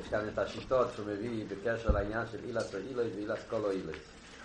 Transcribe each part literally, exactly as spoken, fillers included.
יש כאן את השיטות שהוא מביא בקשר לעניין של אילס ואילויס ואילס כל אילויס.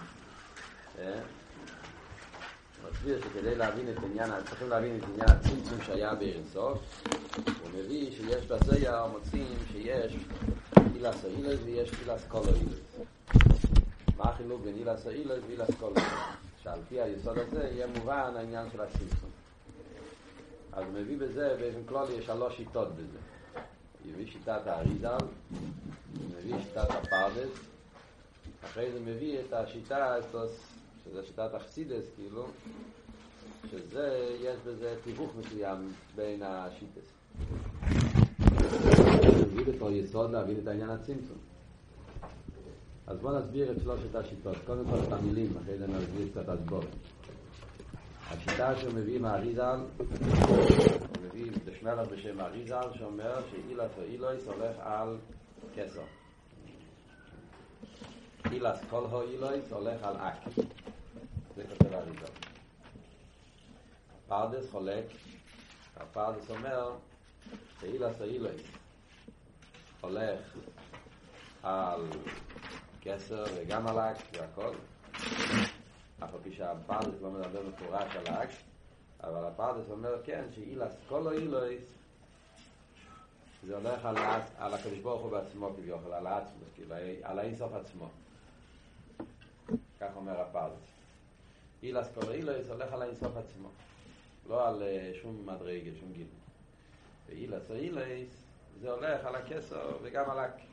הוא מסביר שכדי להבין את עניין, צריכים להבין את עניין הצמצום שהיה באין סוף. הוא מביא שיש בזויה מוצאים שיש אילס ואילויס ויש אילס כל אילויס. מה החילוק בין אילס ואילויס ואילס כל אילויס? שעל פי היסוד הזה יהיה מובן העניין של הצמצום. אז הוא מביא בזה, באופן כללי יש שלוש שיטות בזה. הוא מביא שיטת האריזל, הוא מביא שיטת הפרדס, אחרי זה מביא את השיטה, שזה שיטת החסידס, כאילו, שזה, יש בזה תיווך מסוים בין השיטס. הוא מביא בתור יסוד להבין את העניין הצמצום. אז בואו נסביר את שלושת השיטות. קודם כל את המילים, אחרי זה נסביר קצת הסבור. השיטה שהוא מביא מהאריזל, הוא מביא בשמלך בשם האריזל, שאומר שאילס ואילויס הולך על כסר. אילס כל האילויס הולך על אק. זה כותב האריזל. הפרדס חולק, הפרדס אומר שאילס ואילויס הולך על כסר וגם על אק והכל. אף על פי שהפרדס לא מדבר מפורש על האק, אבל הפרדס אומר כן, שאילס כל האילויס זה הולך על, על הקדוש ברוך הוא בעצמו כביכול, על העצמוס, כאילו, על האינסוף עצמו. כך אומר הפרדס. אילס כל האילויס הולך על האינסוף עצמו, לא על שום מדרגה, שום גיל. ואילס האילויס זה הולך על הכסר וגם על האק.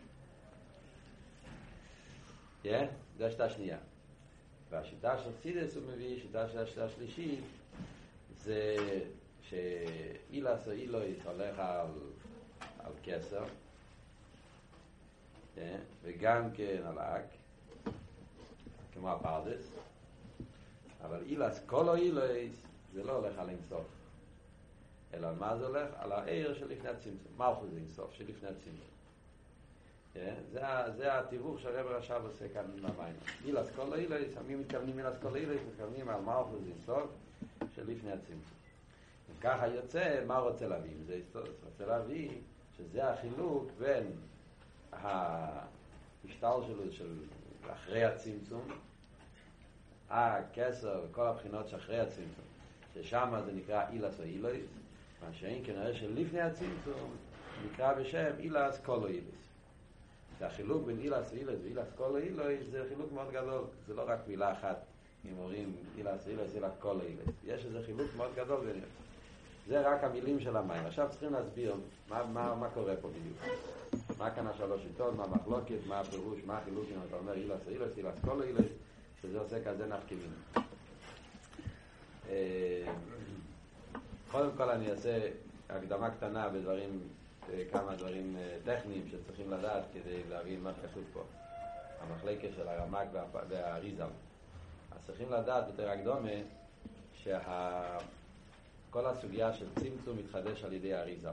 Yeah? זה השיטה השנייה. והשיטה של סידס הוא מביא, שיטה של השיטה השלישית, זה שאילס או אילויס הולך על, על כסר, yeah? וגם כן על האק, כמו הפרדס, אבל אילס כל אילויס זה לא הולך על אינסוף, אלא על מה זה הולך? על העיר של לפני הצמצום, מלכות זה אינסוף של לפני הצמצום. זה זה התיווך שהרב רש"ב עושה כאן במים. אילס כל אילויס, מי מתכוונים אילס כל אילויס? מתכוונים על מלכות זה אינסוף של לפני הצמצום. וככה יוצא, מה רוצה להביא? זה אינסוף, רוצה להביא שזה החילוק בין המשטר שלו של אחרי הצמצום, הכסר וכל הבחינות שאחרי הצמצום, ששם זה נקרא אילס או אילויס, מה שאין כנראה שלפני הצמצום נקרא בשם אילס כל אילויס. שהחילוק בין אילס ואילויס ואילס כל אילויס זה חילוק מאוד גדול, זה לא רק מילה אחת, אם אומרים אילס ואילויס אילס כל אילויס, יש איזה חילוק מאוד גדול ביניהם. זה רק המילים של המים. עכשיו צריכים להסביר מה, מה, מה קורה פה בדיוק. מה כאן השלוש שיטות, מה המחלוקת, מה הפירוש, מה החילוק, אם אתה אומר אילס ואילויס אילס כל אילויס, שזה עושה כזה נחכימים. קודם כל אני אעשה הקדמה קטנה בדברים, כמה דברים טכניים שצריכים לדעת כדי להבין מה חשוב פה. המחלקת של הרמ"ק והאריזל. אז צריכים לדעת יותר הקדומה שכל הסוגיה של צמצום מתחדש על ידי האריזל.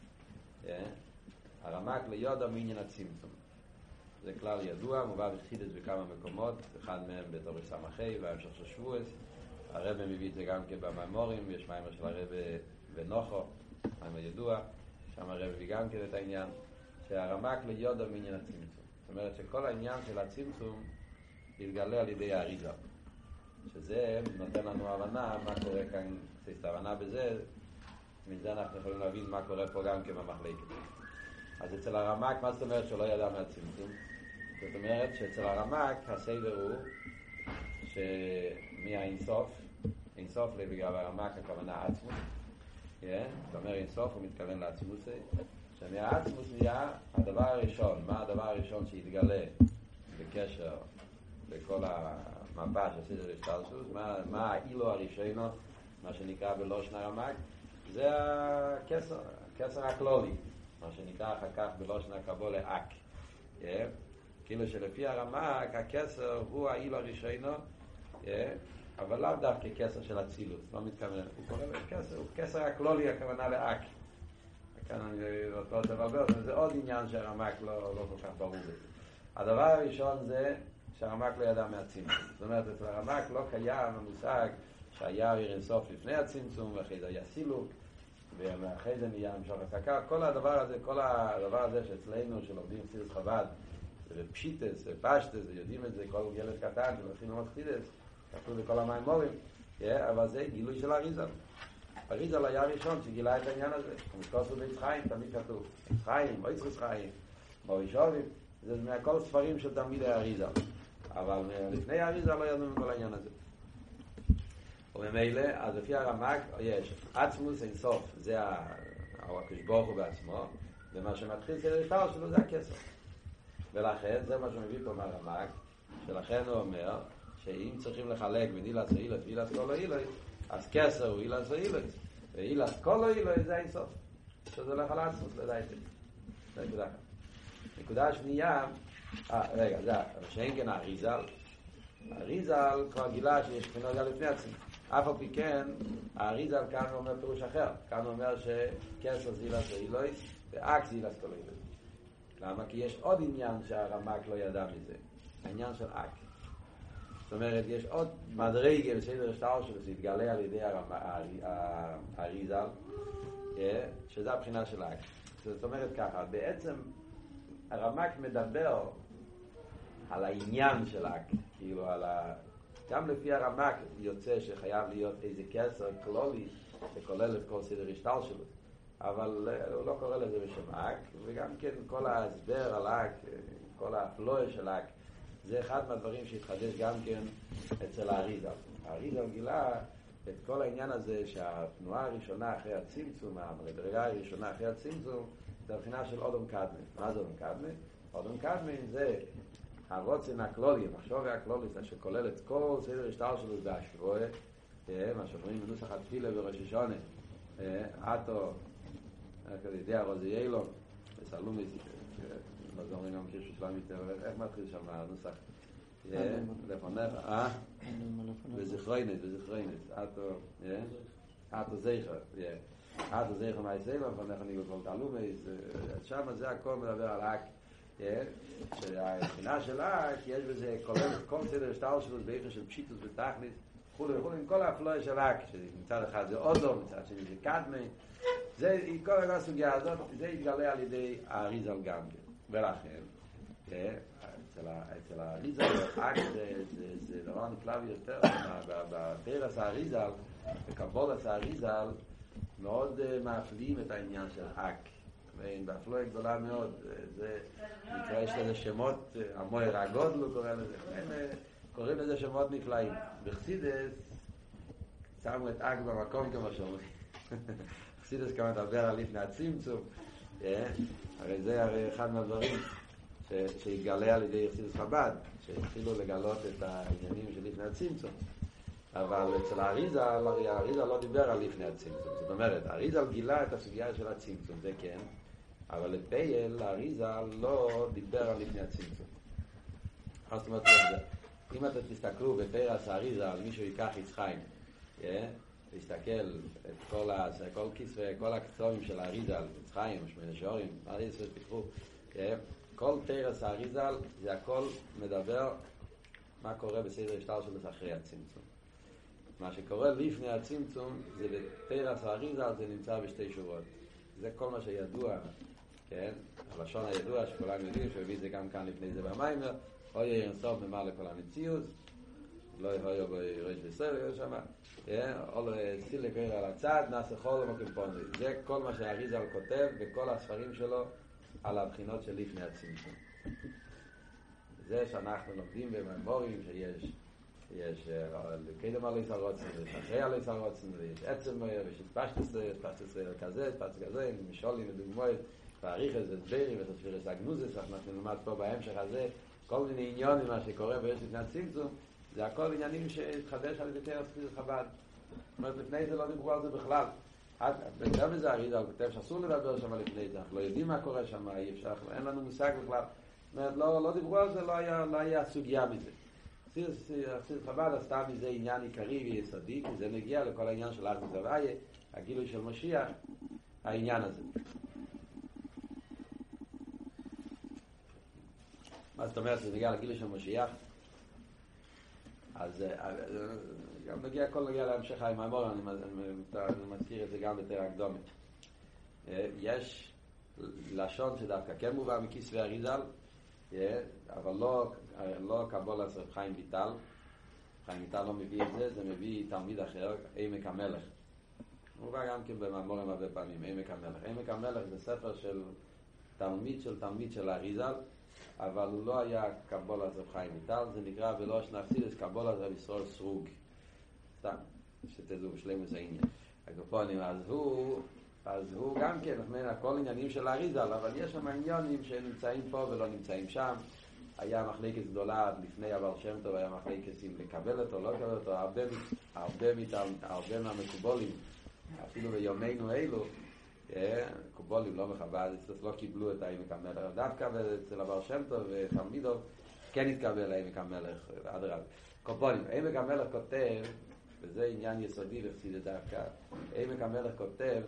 הרמ"ק ליודע מעניין הצמצום. זה כלל ידוע, מובא בחסידות בכמה מקומות, אחד מהם בתור סמכי והמשך של שבועס. הרב מביא את זה גם כן במאמורים, יש מאמר של הרב בנוחו, מאמר ידוע, שם הרב מביא גם כן את העניין, שהרמ"ק ליודע מעניין הצמצום. זאת אומרת שכל העניין של הצמצום יתגלה על ידי האריזל. שזה נותן לנו הבנה מה קורה כאן, את ההבנה בזה, מזה אנחנו יכולים להבין מה קורה פה גם כן במחלקת. אז אצל הרמ"ק, מה זאת אומרת שלא ידע מהצמצום? זאת אומרת שאצל הרמ"ק הסדר הוא שמהאינסוף, אינסוף לבגלל הרמ"ק הכוונה עצמוס, זאת אומרת אינסוף הוא מתכוון לעצמוס, שמהעצמוס נהיה הדבר הראשון, מה הדבר הראשון שהתגלה בקשר לכל המפה של סדר השתלשלות, מה, מה האילו הראשונו, מה שנקרא בלושן הרמ"ק, זה הכסר, הכסר הכלולי, מה שנקרא אחר כך בלושן הקבולה אק. כאילו שלפי הרמ"ק הכסר הוא האילו הראשונו, אבל לאו דווקא כסר של הצילות, לא מתכוון, הוא קורא לו כסר, הוא כסר הכלולי, הכוונה לאק. כאן אני לא רוצה לבלבל, זה עוד עניין שהרמ"ק לא, לא כל כך ברור בזה. הדבר הראשון זה שהרמ"ק לא ידע מהצמצום. זאת אומרת, אצל הרמ"ק לא קיים המושג שהיה עיר אינסוף לפני הצמצום, ואחרי זה היה סילוק. ואחרי זה נהיה המשוך הסקה, כל הדבר הזה, כל הדבר הזה שאצלנו, שלומדים חסידות חב"ד, ופשיטס, ופשטס, ויודעים את זה, כל ילד קטן, ולכן לא מחסידס, כתוב בכל המימורים, אבל זה גילוי של אריזל. אריזל היה הראשון שגילה את העניין הזה. ומתכוסו בית חיים, תמיד כתוב, בית חיים, אויצרס חיים, מורישובים, זה מהכל ספרים של תלמידי אריזל. אבל לפני אריזל לא ידענו מכל העניין הזה. וממילא, אז לפי הרמ"ק, יש עצמוס אין סוף, זה הקדוש ברוך הוא בעצמו, ומה שמתחיל סדר השטר שלו זה הכסר. ולכן, זה מה שמביא פה מהרמ"ק, שלכן הוא אומר, שאם צריכים לחלק בין אילס ואילס ואילס כל האילס, אז כסר הוא אילס ואילס, ואילס כל האילס זה אין סוף. שזה הולך על עצמוס, לדעתי. זה נקודה אחת. נקודה השנייה, אה, רגע, זה, שאין כן האריזל, האריזל כבר גילה שיש בחינות גם לפני עצמי. אף על פי כן, האריזל כאן אומר פירוש אחר. כאן אומר שכסר זה אילס ואילס, ואק זה אילס כל האילס. למה? כי יש עוד עניין שהרמ"ק לא ידע מזה. העניין של אק. זאת אומרת, יש עוד מדרגה בסדר השטר שלו שהתגלה על ידי האריזל, שזה הבחינה של אק. זאת אומרת ככה, בעצם הרמ"ק מדבר על העניין של אק, כאילו על ה... גם לפי הרמ"ק יוצא שחייב להיות איזה קסר כלולי שכולל את כל סדר השטר שלו, אבל הוא לא קורא לזה בשם אק, וגם כן כל ההסבר על אק, כל הפלואה של אק, זה אחד מהדברים שהתחדש גם כן אצל האריזל. האריזל גילה את כל העניין הזה שהתנועה הראשונה אחרי הצמצום, המדרגה הראשונה אחרי הצמצום, זה הבחינה של אודום קדמן. מה זה אודום קדמן? אודום קדמן זה הרוצן הכלולי, המחשוב הכלולי, שכולל את כל סדר השטר שלו בהשוואה, מה שאומרים בנוסח התפילה בראש השונה, אתו, ידי הרוזי אילון, וסלומי, לא זוכרים גם קרש שלם יותר, איך מתחיל שם הנוסח? לפונך, אה? וזכרוינס, וזכרוינס, אתו, אתו זכר, אתו זכר מהיסלם, לפונך אני בכל תלומי, שם זה הכל מדבר על אק, שהבחינה של אק, יש בזה כל סדר השטר שלו, באיפה של פשיטוס ותכניס, וכולי וכולי, עם כל האפלואה של אק, שמצד אחד זה אודו, מצד שני זה קדמי, זה, כל הסוגיה הזאת, זה יתגלה על ידי האריזל גם כן. ולכן, אצל האריזל, אק זה דבר נפלא ביותר, בפרס האריזל, בקבולת האריזל, מאוד מאפלים את העניין של אק. באפלואה גדולה מאוד, זה נקרא, יש לזה שמות, המויר הגודל הוא קורא לזה, קוראים לזה שמות נפלאים. בחסידס, שמו את אק במקום כמו שאומרים. בחסידס כמה מדבר על לפני הצמצום, הרי זה הרי אחד מהדברים שהתגלה על ידי חסידס חב"ד, שהתחילו לגלות את העניינים של לפני הצמצום. אבל אצל האריזל, הרי האריזל לא דיבר על לפני הצמצום. זאת אומרת, האריזל גילה את הסוגיה של הצמצום, זה כן, אבל לפייל, האריזל לא דיבר על לפני הצמצום. זאת אומרת, אם אתם תסתכלו בפרס האריזל, מישהו ייקח יצחיים, להסתכל את כל, כל כיס וכל הקצורים של האריזל, יצחיים, שמונה שעורים, האריזל תקחו, כל פרס האריזל, זה הכל מדבר מה קורה בסדר השטר שלו אחרי הצמצום. מה שקורה לפני הצמצום, זה בפרס האריזל, זה נמצא בשתי שורות. זה כל מה שידוע, כן? הלשון הידוע שכולם יודעים, שהביא את זה גם כאן לפני זה במיימר, אוי אינסוף ממר לכל המציאות, לא יהיו בראש בישראל, יש שם, או סילק עיר על הצד, נעשה חול ומקמפון. זה כל מה שהאריזל כותב בכל הספרים שלו על הבחינות של לפני הצמצום. זה שאנחנו לומדים בממורים שיש יש קדם על איסר רוצן, יש אחרי על איסר רוצן, ויש עצם מויר, ויש פשטס ליר, פשטס ליר כזה, פשטס כזה, משולים ודוגמאות, ועריך את זה דברים, ותספיר את הגנוזס, אנחנו נלמד פה בהמשך הזה, כל מיני עניונים, מה שקורה ויש לפני הצמצום, זה הכל עניינים שהתחדש על ידי תרס חסידות חב"ד. זאת אומרת, לפני זה לא דיברו על זה בכלל. יותר מזה, אריזל כותב שאסור לדבר שם לפני זה, אנחנו לא יודעים מה קורה שם, אי אפשר, אין לנו מושג בכלל. זאת אומרת, לא, לא דיברו על זה, לא היה, לא היה סוגיה מזה. חסידות חב"ד עשתה מזה עניין עיקרי ויסודי, כי זה נגיע לכל העניין של אחדות הוויה, הגילוי של משיח, העניין הזה. מה זאת אומרת, זה נגיע לגילוי של משיח? אז גם נגיע, הכל נגיע להמשך עם האמור, אני מזכיר את זה גם בתורה הקדומה. יש לשון שדווקא כן מובא מכיסוי אריזל, אבל לא, לא קבולת רב חיים ויטל. חיים ויטל לא מביא את זה, זה מביא תלמיד אחר, עמק המלך. מובא גם כן במאמרים הרבה פעמים, עמק המלך. עמק המלך זה ספר של תלמיד של תלמיד של אריזל, אבל הוא לא היה קבולת רב חיים ויטל, זה נקרא בלוש נחסידס קבולת רב ישראל סרוג. סתם, שתדעו בשלמות זה העניין. הקופונים, אז הוא, אז הוא גם כן, לכן הכל עניינים של אריזל, אבל יש שם עניינים שנמצאים פה ולא נמצאים שם. היה מחלקת גדולה לפני הבעל שם טוב, היה מחלקת אם לקבל אותו, לא לקבל אותו, הרבה, הרבה, הרבה מהמקובולים, אפילו ביומנו אלו, קובולים לא מחב"ד, לא קיבלו את העמק המלך, דווקא אצל הבעל שם טוב ותלמידו כן התקבל העמק המלך, אדרבה. קובולים, עמק המלך כותב, וזה עניין יסודי לחסידות דווקא, עמק המלך כותב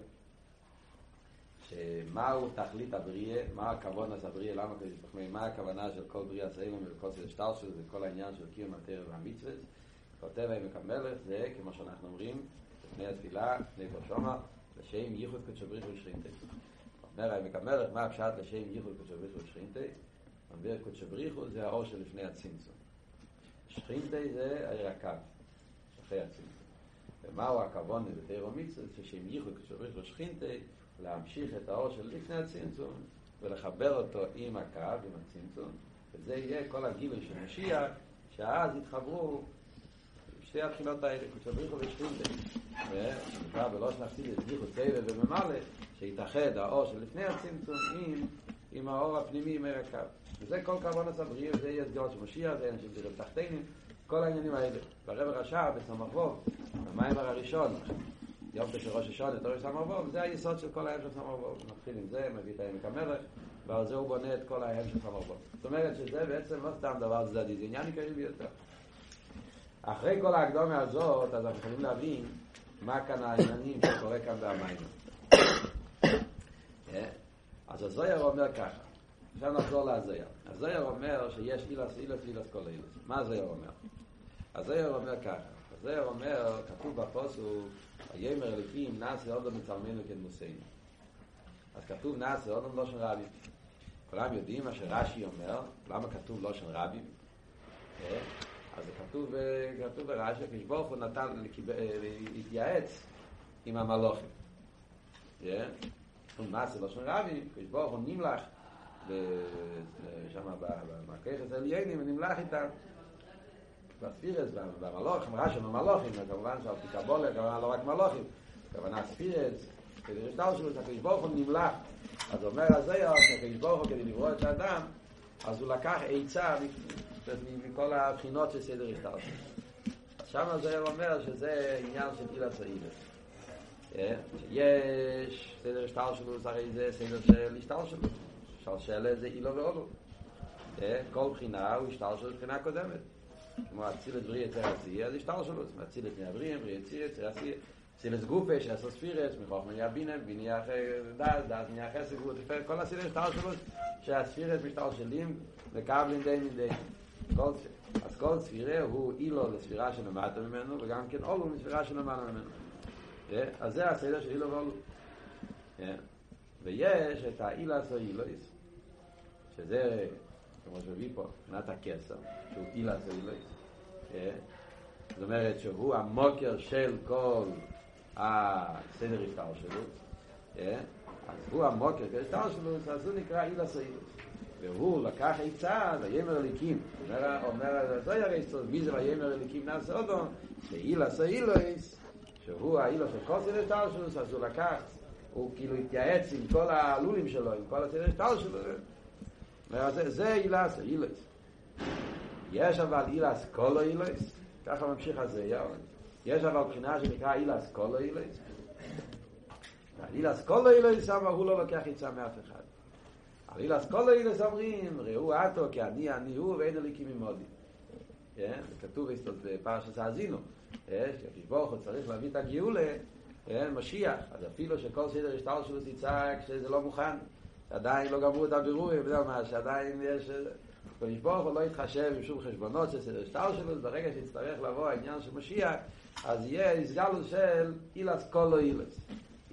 שמהו תכלית הבריאה, מה הכוונה של הבריאה, למה כזה תחמי, מה הכוונה של כל בריאה סיילים וכל סדר שטר שלו, זה כל העניין של קיום התרא והמצוות. כותב עמק המלך, זה כמו שאנחנו אומרים לפני התפילה, לפני ברשומה, לשם ייחוד קדשו בריך ושכינתי. אומר עמק המלך, מה הפשט לשם ייחוד קדשו בריך ושכינתי? אומר קדשו בריך זה האור שלפני הצמצום. שכינתי זה העיר הקו, אחרי הצמצום. ומהו הכוונה בתרא ומצוות? ששם ייחוד קדשו בריך ושכינתי להמשיך את האור של לפני הצמצום ולחבר אותו עם הקו, עם הצמצום, וזה יהיה כל הגילוי של משיח, שאז יתחברו שתי הבחינות האלה, קדשו בריך ושכינתי, ונקרא בלוש נחסידס ייחוד סבב וממלא, שיתאחד האור של לפני הצמצום עם, עם האור הפנימי עם הקו. וזה כל כוונת הבריאה, וזה יהיה סגרות של משיח, זה אנשים של תחתינים, כל העניינים האלה. ברב הרש"ב בסמ"ך ווב, במאמר הראשון, יום של ראש השנה, תורה סמ"ך ווב, זה היסוד של כל ההם של סמ"ך ווב. מתחיל עם זה, מביא את עמק המלך, ועל זה הוא בונה את כל ההם של סמ"ך ווב. זאת אומרת שזה בעצם לא סתם דבר צדדי, זה עניין עיקרי ביותר. אחרי כל ההקדומה הזאת, אז אנחנו יכולים להבין מה כאן העניינים שקורה כאן במים. אז הזויר אומר ככה, עכשיו נחזור להזויר. הזויר אומר שיש אילס, אילס, אילס כל אילס. מה הזויר אומר? הזויר אומר ככה, הזויר אומר, כתוב בפוסוק, הימר אלוקים נעשה אודום מצלמנו כדמוסנו. אז כתוב נעשה אודום לא של רבים. כולם יודעים מה שרש"י אומר, למה כתוב לא של רבים? אז זה כתוב, כתוב ברש"י, כשברוך הוא נתן להתייעץ עם המלוכים. נעשה לא של רבים, כשברוך הוא נמלך שם במקחת העליינים, ונמלך איתם. בספירס, במלוכים, רש"י במלוכים, כמובן שעל פי קבולה, כמובן לא רק מלוכים, כמובן ספירס, כדי לשתל שלו, שהקדוש ברוך הוא נמלך. אז אומר הזויר, שהקדוש ברוך הוא כדי לברוא את האדם, אז הוא לקח עצה מכל הבחינות של סדר השתל שלו. אז שם הזויר אומר שזה עניין של אילס ואילס. שיש סדר השתל שלו, הרי זה סדר של השתל שלו. שלשלת זה אילו ואולו. כל בחינה הוא השתל שלו בחינה קודמת. כמו אציל את בריא יצר עשייה, אז השתל שלו, אציל את נעברים, בריא יציר, יצר עשייה, אציל את סגופה, שעשו ספירס, מחוך מניה בינה, ביניה דעת, דעת מניה חסק, כל הציל את השתל שלו, שהספירס משתל שלים, וקבלין די מדי. אז כל ספירה הוא אילו לספירה שנמדת ממנו, וגם כן אולו לספירה שנמדת ממנו. אז זה הסדר של אילו ואולו. ויש את האילס או אילויס, שזה, כמו שביא פה, נת הכסר, שהוא אילס או אילויס. זאת אומרת שהוא המוקר של כל הסדר השטר שלו. אז הוא המוקר של השטר שלו, אז הוא נקרא אילס או אילויס. והוא לקח עצה, ויאמר אליקים. אומר, זו יראה סוד, מי זה ויאמר אליקים נעשה אודום? שאילס או אילויס, שהוא האילוס של כל סדר השטר שלו, אז הוא לקח, הוא כאילו התייעץ עם כל העלולים שלו, עם כל הסדר השטר שלו. זה, זה אילס, אילס. יש אבל אילס קולו אילס, ככה ממשיך הזה, יש אבל בחינה שנקרא אילס קולו אילס. אילס קולו אילס, אבל הוא לא לוקח עצה מאף אחד. על אילס קולו אילס אומרים, ראו עתו, כי אני אני הוא, ואין אליקים ממודי. זה כתוב בפרשת האזינו. כשברוך הוא צריך להביא את הגאולה, משיח, אז אפילו שכל סדר השטר שלו תצעק שזה לא מוכן, שעדיין לא גמרו את הבירורים, שעדיין יש, כשברוך הוא לא יתחשב עם שום חשבונות של סדר השטר שלו, ברגע שיצטרך לבוא העניין של משיח, אז יהיה הסגלות של אילס קולו אילס.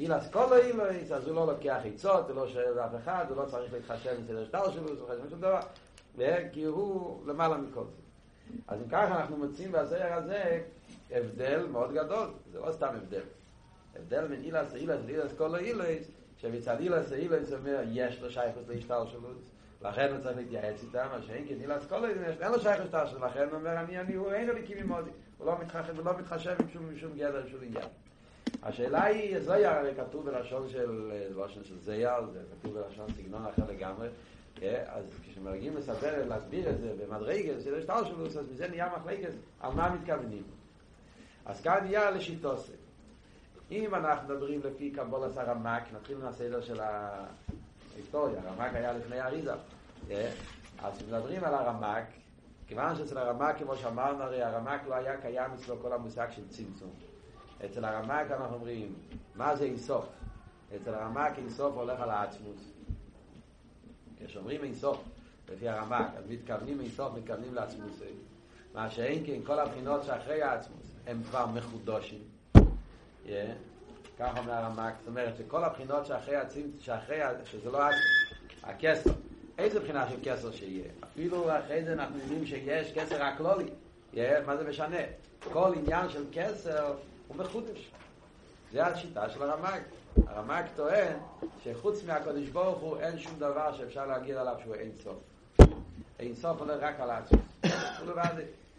אילס כל אילס, אז הוא לא לוקח חיצות, הוא לא שואל אף אחד, הוא לא צריך להתחשב בסדר שטר שלו, הוא לא חשב שום דבר, כי הוא למעלה מכל זה. אז אם ככה אנחנו מוצאים בזוהר הזה הבדל מאוד גדול, זה לא סתם הבדל. הבדל בין אילס לאילס לאילס כל אילס, שמצד אילס לאילס אומר יש לו שייכות להשטר שלו, לכן הוא צריך להתייעץ איתם, אז שאין כן אילס כל אילס, אין לו שייכות להשטר שלו, לכן הוא אומר אני, אני, הוא אין לו ליקים ממודי, הוא לא מתחשב, הוא לא מתחשב עם שום, שום גדר, שום עניין. השאלה היא, זוהר הרי כתוב בלשון של, בלשון של זוהר, זה כתוב בלשון סגנון אחר לגמרי, אז כשמרגיעים לספר, להסביר את זה במדרגה, של השטר שלו, אז בזה נהיה מחלקת, על מה מתכוונים. אז כאן נהיה לשיטוסי. אם אנחנו מדברים לפי קבולת הרמ"ק, נתחיל מהסדר של ההיסטוריה, הרמ"ק היה לפני האריזה, אז מדברים על הרמ"ק, כיוון שאצל הרמ"ק, כמו שאמרנו, הרי הרמ"ק לא היה קיים אצלו כל המושג של צמצום. אצל הרמ"ק אנחנו אומרים, מה זה אינסוף? אצל הרמ"ק אינסוף הולך על העצמות. כשאומרים אינסוף, לפי הרמ"ק, אז מתכוונים אינסוף, מתכוונים לעצמות. מה שאין כן, כל הבחינות שאחרי העצמות, הם כבר מחודשים. Yeah. כך אומר הרמ"ק, זאת אומרת שכל הבחינות שאחרי העצמות, שאחרי, שזה לא הכסר, איזה בחינה של כסר שיהיה? אפילו אחרי זה אנחנו יודעים שיש כסר הכלולי. Yeah. מה זה משנה? כל עניין של כסר הוא מחודש. זה השיטה של הרמ"ק. הרמ"ק טוען שחוץ מהקדוש ברוך הוא אין שום דבר שאפשר להגיד עליו שהוא אין סוף. אין סוף עולה רק על העצמות. הוא לבד.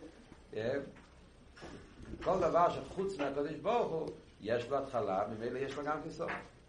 כל דבר שחוץ מהקדוש ברוך הוא יש לו התחלה, ממילא יש לו גם כסוף.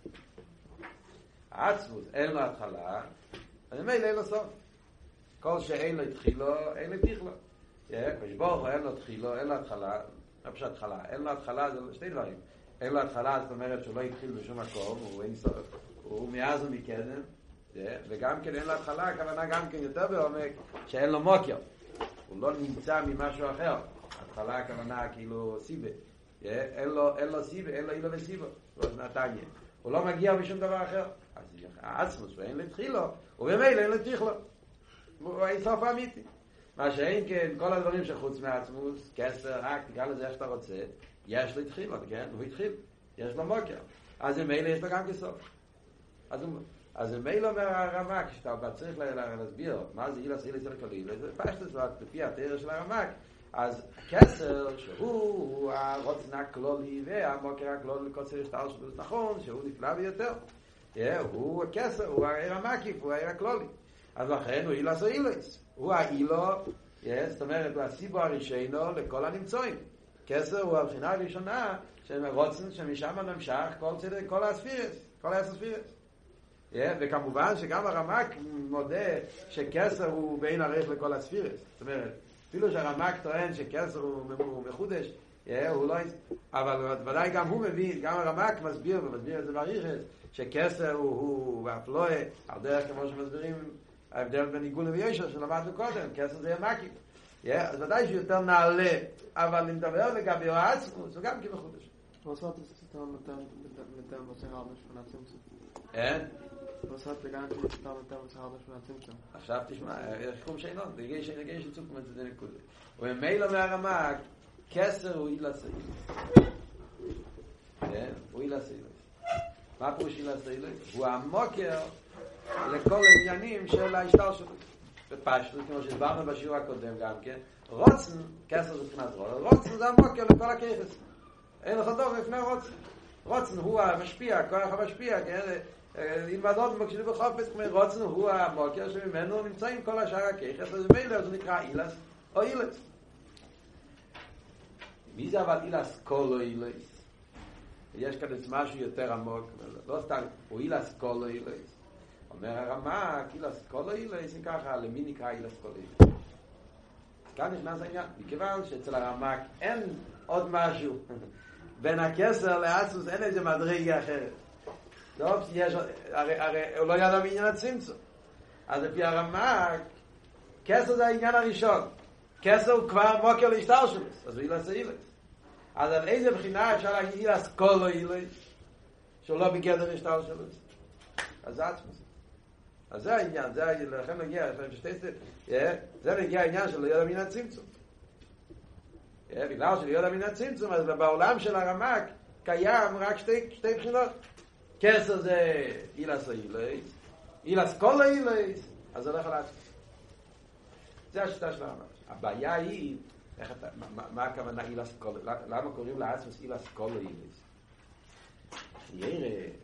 העצמות אין לו התחלה, ממילא אין לו סוף. כל שאין לו התחילו, אין לו תכלו. הקדוש ברוך הוא אין לו תחילו, אין לו התחלה, לא פשוט התחלה, אין לו התחלה, זה שתי דברים. אין לו התחלה, זאת אומרת שהוא לא התחיל בשום מקום, הוא אין סוף, הוא מאז ומקדם, וגם כן אין לו התחלה, הכוונה גם כן יותר בעומק, שאין לו מוקר, הוא לא נמצא ממשהו אחר, התחלה הכוונה כאילו סיבה, אין לו, אין לו סיבה, אין לו אילו וסיבה, נתניה, הוא לא מגיע משום דבר אחר, אז העצמוס, ואין לתחילו, ובמילא אין לתכלו, הוא אין סוף אמיתי. מה שאין כן, כל הדברים שחוץ מהעצמוס, כסר, רק, תקרא לזה איך שאתה רוצה, יש לו התחיל, כן? הוא התחיל, יש לו מוקר. אז ממילא יש לו גם כסוף. אז, אז ממילא אומר הרמ"ק, כשאתה צריך להסביר מה זה אילס אילס אילס אילס, זה פשט זאת לפי התיאור של הרמ"ק. אז כסר שהוא הרוצן הכלולי והמוקר הכלולי לקוצר השטר שלו, נכון, שהוא נפלא ביותר. הוא הכסר, הוא העיר המקיף, הוא העיר הכלולי. אז לכן הוא אילס אילס. הוא האילו, זאת אומרת, הוא הסיבו הראשינו לכל הנמצואים. כסר הוא הבחינה הראשונה שרוצן שמשם נמשך כל צדק, כל הספירס, כל הספירס. וכמובן שגם הרמ"ק מודה שכסר הוא בין ערך לכל הספירס. זאת אומרת, אפילו שהרמ"ק טוען שכסר הוא מחודש, הוא לא... אבל ודאי גם הוא מבין, גם הרמ"ק מסביר, ומסביר את זה בריחס, שכסר הוא אפלואה, על דרך כמו שמסבירים ההבדל בין עיגול ויושר שלמדנו קודם, כסר זה ימקיף. אז ודאי שיותר נעלה, אבל אם נדבר לגבי העצמות, זה גם כמחודש. Was hat es zu tun mit dem, mit dem, mit dem was er hat von der Zimtzum? Äh? Was hat der ganze zu tun mit dem, was er hat von der Zimtzum? עכשיו תשמע, יש חום שאינות, דגי שצוק מצדן נקודה. וממילא מהרמ"ק, כסר הוא אילס אילס. כן? הוא אילס אילס. מה פירוש אילס אילס? הוא המוקר לכל העניינים של ההשטר שלו. בפשטות, כמו שהסברנו בשיעור הקודם גם כן, רוצן, כסר זה מבחינת רוצן, רוצן זה המוקר לכל הכיחס. אין לך דוב לפני רוצן. רוצן הוא המשפיע, כוח המשפיע, כן? ילמד עוד מקשיב בחופץ, כמו רוצן הוא המוקר שממנו נמצאים כל השאר הכיחס, אז מילא זה נקרא אילס או אילס. מי זה אבל אילס כל או אילס? יש כאן משהו יותר עמוק, לא סתם, הוא אילס כל או אילס. אומר הרמ"ק, אילס כל או אילס, אם ככה, למי נקרא אילס כל או אילס? כאן נכנס העניין, מכיוון שאצל הרמ"ק אין עוד משהו, בין הכסר לעצמוס אין איזה מדרגה אחרת. טוב, יש, הרי, הרי הוא לא ידע בעניין הצמצום. אז לפי הרמ"ק, כסר זה העניין הראשון. כסר הוא כבר מוקר להשטר שלו, אז הוא אילס אילס. אז על איזה בחינה אפשר להגיד אילס כל או אילס, שהוא לא בגדר השטר שלו? אז זה עצמוס. אז זה העניין, זה העניין, לכן נגיע, זה נגיע העניין של ידע מן הצמצום. בגלל של ידע מן הצמצום, אז בעולם של הרמ"ק קיים רק שתי, שתי בחינות. כסר זה אילס או אילס, אילס כל האילס, אז זה הולך על עצמוס. זה השיטה של הרמב"ם. הבעיה היא, איך אתה, מה, מה הכוונה אילס כל, למה קוראים לעצמוס אילס כל האילס? יראה,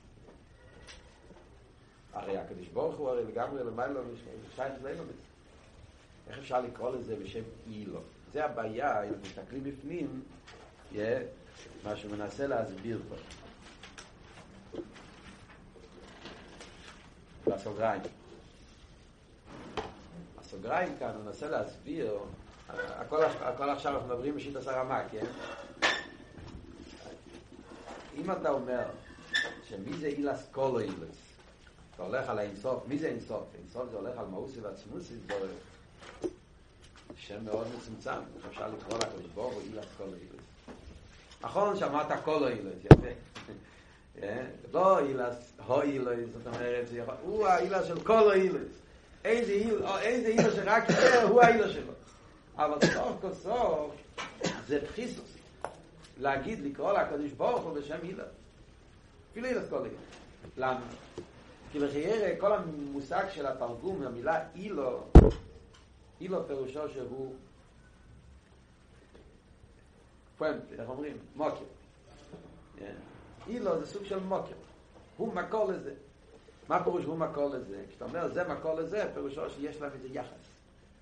הרי הקדוש ברוך הוא הרי לגמרי למעלה שייך אלינו בזה. איך אפשר לקרוא לזה בשם אילו? זה הבעיה, אם מסתכלים בפנים, יהיה מה שמנסה להסביר פה. בסוגריים. הסוגריים כאן, הוא מנסה להסביר, הכל, הכל עכשיו אנחנו מדברים בשיטת הרמ"א, כן? אם אתה אומר שמי זה אילס כל או אילס, אתה הולך על האינסוף, מי זה אינסוף? אינסוף זה הולך על מאוסי ועצמוסי, זה שם מאוד מצומצם, אפשר לקרוא לקדוש ברוך הוא אילס כל או אילס. נכון שאמרת כל או אילס, יפה. לא אילס, הו אילס, זאת אומרת, הוא האילס של כל או אילס. איזה אילס שרק יהיה, הוא האילס שלו. אבל סוף כל סוף, זה בחיסוס. להגיד, לקרוא לקדוש ברוך הוא בשם אילס. אפילו אילס כל אילס. למה? כי בחייר כל המושג של התרגום, המילה אילו, אילו פירושו שהוא פואנטה, איך אומרים? מוקר. אילו זה סוג של מוקר. הוא מקור לזה. מה פירוש הוא מקור לזה? כשאתה אומר זה מקור לזה, פירושו שיש להם איזה יחס.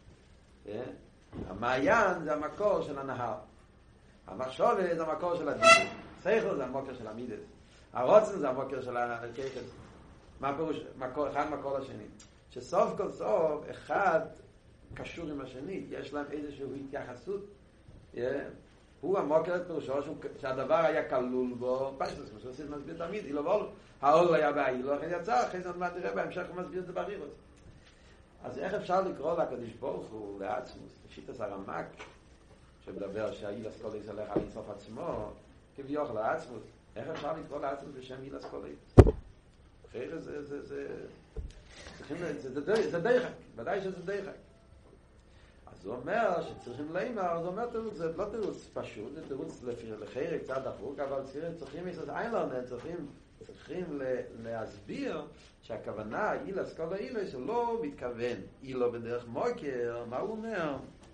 המעיין זה המקור של הנהר. המחשבה זה המקור של הדיבור. שכל זה המוקר של המידס. הרוצן זה המוקר של הכיחס. מה פירוש? מקור, אחד מקור לשני. שסוף כל סוף, אחד קשור עם השני. יש להם איזושהי התייחסות. Yeah. הוא המוקר את פירושו שהדבר היה כלול בו. פשטוס, כמו שעושים מסביר תמיד. אילו ואולו. האול היה באילו, אחרי יצא, אחרי זה מה תראה בהמשך הוא מסביר את זה ברירות. אז איך אפשר לקרוא לקדוש ברוך הוא לעצמוס? שיטת הרמ"א שמדבר שהאילס כל אילס הולך על אינסוף עצמו, כביכול לעצמוס. איך אפשר לקרוא לעצמוס בשם אילס כל אילס? אחרי זה, זה, זה, זה דייחק, ודאי שזה דייחק. אז הוא אומר שצריכים להימר, אז הוא אומר תירוץ, זה לא תירוץ פשוט, זה תירוץ לחייר קצת דחוק, אבל צריכים איסוס איינלרנר, צריכים, צריכים להסביר שהכוונה אילס כל האילס הוא לא מתכוון אילו בדרך מוקר. מה הוא אומר?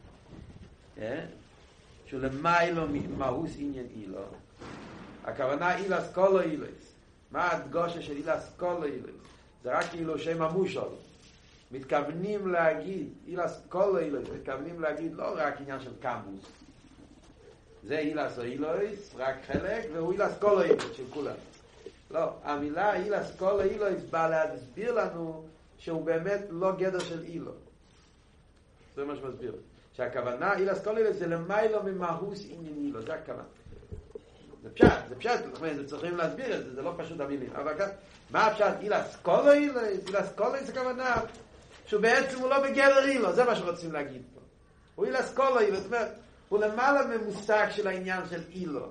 שהוא למיילו מהוס עניין אילו. הכוונה אילס כל האילס. מה הדגושה של אילס כל האילס? זה רק כאילו שם המושל. מתכוונים להגיד אילס כל האילס, מתכוונים להגיד לא רק עניין של קמוס. זה אילס או אילוס, רק חלק, והוא אילס כל האילס של כולם. לא, המילה אילס כל האילוס באה להסביר לנו שהוא באמת לא גדר של אילו. זה מה שמסביר. שהכוונה אילס כל האילוס זה למיילו ממהוס עניין אילו, זה הכוונה. זה פשט, זה פשט, זה צריכים להסביר את זה, זה לא פשוט המילים. אבל כאן, מה הפשט? אילס כל האילוס, אילס כל האילוס זה כוונה שהוא בעצם הוא לא בגדר אילו, זה מה שרוצים להגיד פה. הוא אילס כל האילוס, זאת אומרת, הוא למעלה ממושג של העניין של אילו.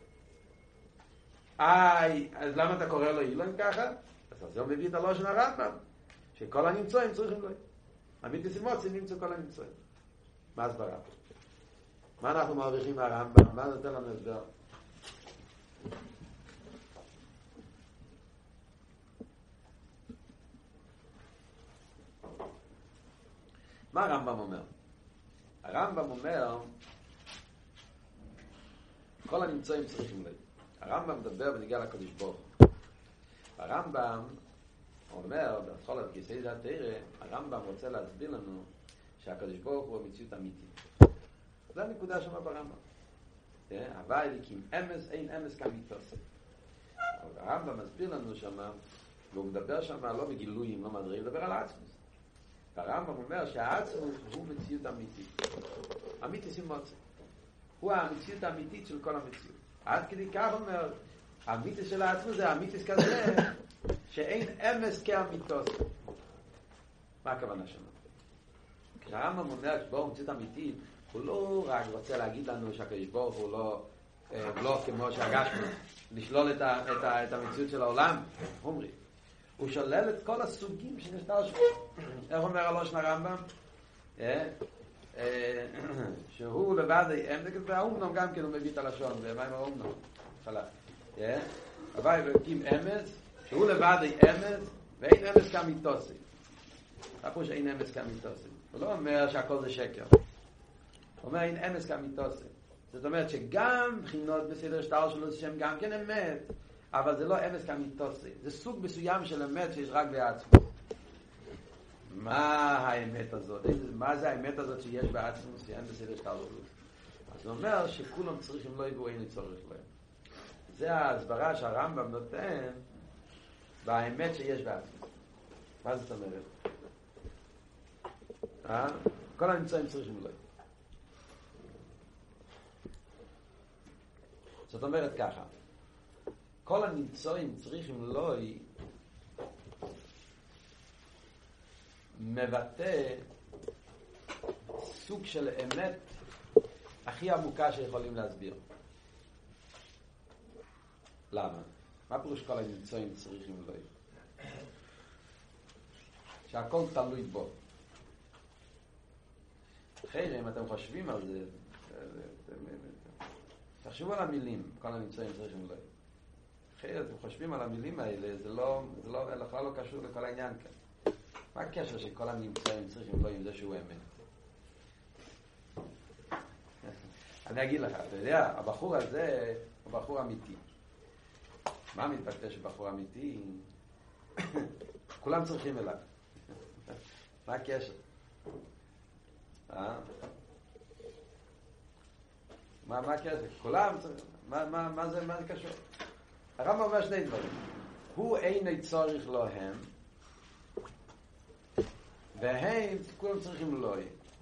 איי, אז למה אתה קורא לו אילון ככה? אז זה הוא מביא את הלושן הרמב"ם, שכל הנמצואים צריכים לו. אמיתי סימוצים נמצאו כל הנמצואים. מה הסברה? מה אנחנו מרוויחים מהרמב"ם? מה נותן לנו הסבר? מה הרמב"ם אומר? הרמב"ם אומר כל הנמצואים צריכים לו. הרמב"ם מדבר ונגיע לקדוש ברוך הוא. הרמב"ם אומר, בהתחלת גיסי זה התרא, הרמב"ם רוצה להסביר לנו שהקדוש ברוך הוא מציאות אמיתית. זו הנקודה שמה ברמב"ם. הווה אליקים אמס, אין אמס כאמיתוס. הרמב"ם מסביר לנו שמה, והוא מדבר שמה לא בגילויים, לא מדברים, מדבר על העצמוס. הרמב"ם אומר שהעצמוס הוא מציאות אמיתית. אמיתית סימוצה. הוא המציאות האמיתית של כל המציאות. עד כדי כך אומר, האמיתיס של העצמוס זה האמיתיס כזה, שאין אמס כאמיתוס. מה הכוונה שלנו? כשהרמב"ם אומר שבו מציאות אמיתית, הוא לא רק רוצה להגיד לנו שהקדוש ברוך הוא לא בלוף כמו שהגשנו, לשלול את, ה, את, ה, את המציאות של העולם, אומרי. הוא שולל את כל הסוגים שנשתר שם. איך אומר הלושן הרמב"ם? שהוא לבד אמנק, והאומנם גם כן הוא מביא את הלשון, ומה עם האומנם? חלק. אבל וקים אמס, שהוא לבד אמס, ואין אמס כאמיתוסי. הפירוש אין אמס כאמיתוסי. הוא לא אומר שהכל זה שקר. הוא אומר אין אמס כאמיתוסי. זאת אומרת שגם בחינות בסדר שטר שלו שהם גם כן אמת, אבל זה לא אמס כאמיתוסי. זה סוג מסוים של אמת שיש רק בעצמו. מה האמת הזאת? מה זה האמת הזאת שיש בעצמו שאין בסדר שטר שלו? אז הוא אומר שכולם צריכים לא יבואו אין לצורך להם. זה ההסברה שהרמב"ם נותן באמת שיש בעצמו. מה זאת אומרת? אה? כל הנמצאים צריכים לא. זאת אומרת ככה, כל הנמצאים צריכים לא מבטא סוג של אמת הכי עמוקה שיכולים להסביר. למה? מה פירוש כל הנמצאים צריכים לא? שהכל תלוי בו. אחרי אם אתם חושבים על זה, תחשבו על המילים, כל הנמצאים צריכים לא. אחרי אתם חושבים על המילים האלה, זה לא, זה לא, בכלל לא קשור לכל העניין כאן. מה הקשר שכל הנמצאים צריכים לא עם זה שהוא אמת? אני אגיד לך, אתה יודע, הבחור הזה הוא בחור אמיתי. מה מתבטא שבחור אמיתי? כולם צריכים אליו. מה הקשר? אה? מה, מה הקשר? כולם צריכים. מה, מה, מה זה, מה זה קשור? הרמב"ם אומר שני דברים. הוא אין צורך לו הם, והם כולם צריכים לו.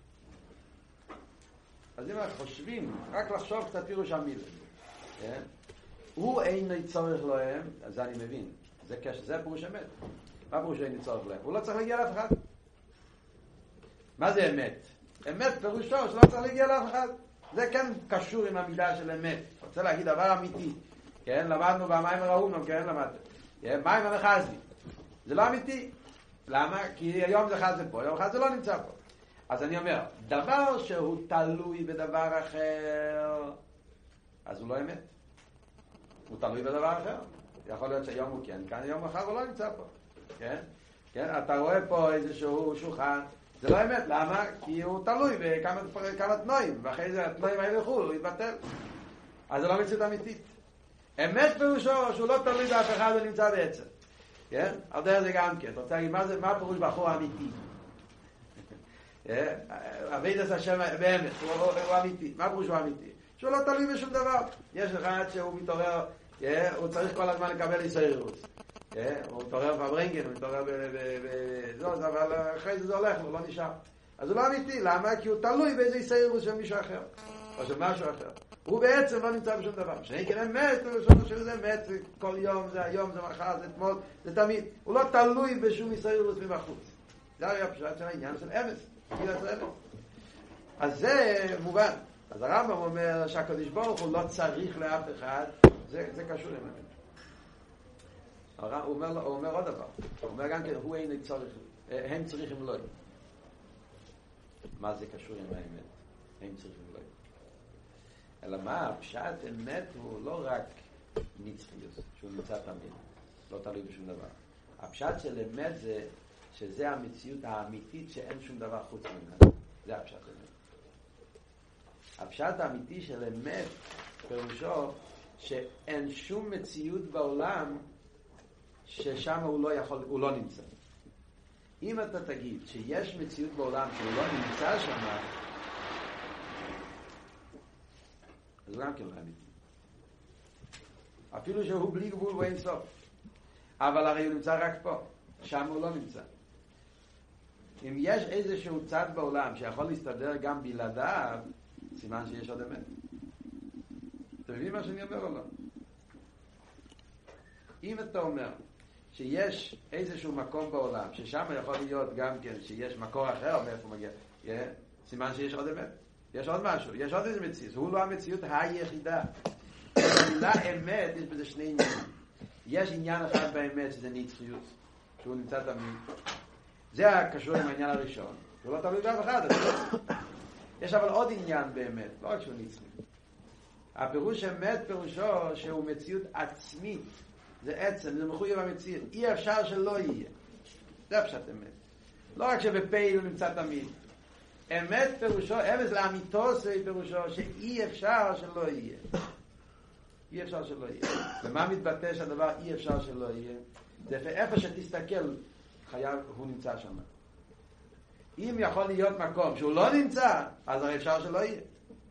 אז אם אנחנו חושבים, רק לחשוב קצת פירוש המילה. כן? הוא אין צורך להם, אז אני מבין. זה קשר, זה פירוש אמת. מה פירוש אין צורך להם? הוא לא צריך להגיע לאף אחד. מה זה אמת? אמת פירושו שלא צריך להגיע לאף אחד. זה כן קשור עם המידה של אמת. רוצה להגיד דבר אמיתי. כן, למדנו במים הראונו, כן, למדנו. מים המחזי. זה לא אמיתי. למה? כי היום זה חז פה, היום חז זה לא נמצא פה. אז אני אומר, דבר שהוא תלוי בדבר אחר, אז הוא לא אמת. הוא תלוי בדבר אחר. יכול להיות שהיום הוא כן, כאן יום אחר הוא לא נמצא פה. כן? כן? אתה רואה פה איזשהו שולחן, זה לא אמת. למה? כי הוא תלוי בכמה כמה תנועים, ואחרי זה התנועים האלה יחול, הוא יתבטל. אז זה לא מציאות אמיתית. אמת פירושו שהוא לא תלוי באף אחד, הוא נמצא בעצם. כן? על דרך זה גם כן. אתה רוצה להגיד, מה, זה, מה פירוש בחור אמיתי? עבודת השם באמת, הוא, הוא, הוא אמיתי. מה פירוש הוא אמיתי? שהוא לא תלוי בשום דבר. יש אחד שהוא מתעורר, הוא צריך כל הזמן לקבל איסורירוס. הוא מתעורר בברנגן, הוא מתעורר בזאת, אבל אחרי זה זה הולך לו, לא נשאר. אז הוא לא אמיתי. למה? כי הוא תלוי באיזה איסורירוס של מישהו אחר. או של משהו אחר. הוא בעצם לא נמצא בשום דבר. שאני כן אמת, שזה אמת, כל יום, זה היום, זה מחר, זה אתמול, זה תמיד. הוא לא תלוי בשום איסורירוס מבחוץ. זה היה פשוט של העניין של אמס. אז זה מובן. אז הרמב"ם אומר שהקדוש ברוך הוא לא צריך לאף אחד. זה, זה קשור עם האמת. הוא אומר, הוא אומר עוד דבר. הוא אומר גם כן, הוא אין צורך, הם צריכים לא. מה זה קשור עם האמת? הם צריכים לא. אלא מה? הפשט אמת הוא לא רק נצחיות, שהוא נמצא תמיד. לא תלוי בשום דבר. הפשט של אמת זה שזה המציאות האמיתית שאין שום דבר חוץ ממנה. זה הפשט אמת. הפשט האמיתי של אמת פירושו שאין שום מציאות בעולם ששם הוא לא יכול, הוא לא נמצא. אם אתה תגיד שיש מציאות בעולם שהוא לא נמצא שם, אז גם כן לא אמיתי. אפילו שהוא בלי גבול ואין סוף. אבל הרי הוא נמצא רק פה. שם הוא לא נמצא. אם יש איזשהו צד בעולם שיכול להסתדר גם בלעדיו, סימן שיש עוד אמת. אתה מבין מה שאני אומר או לא? אם אתה אומר שיש איזשהו מקום בעולם ששם יכול להיות גם כן שיש מקור אחר מאיפה מגיע, סימן שיש עוד אמת. יש עוד משהו, יש עוד איזה מציאות. הוא לא המציאות היחידה. במילה אמת יש בזה שני עניינים. יש עניין אחד באמת שזה נצחיות, שהוא נמצא תמיד. זה הקשור עם העניין הראשון. הוא לא תלוי באף אחד. יש אבל עוד עניין באמת, לא רק שהוא נצחי. הפירוש אמת פירושו שהוא מציאות עצמית זה עצם, זה מחויב המציאות. אי אפשר שלא יהיה. זה פשט אמת. לא רק שבפעיל הוא נמצא תמיד. אמת פירושו, אמס לאמיתוס פירושו, שאי אפשר שלא יהיה. אי אפשר שלא יהיה. ומה מתבטא שהדבר אי אפשר שלא יהיה? זה איפה שתסתכל, חייב, הוא נמצא שם. אם יכול להיות מקום שהוא לא נמצא, אז הרי אפשר שלא יהיה.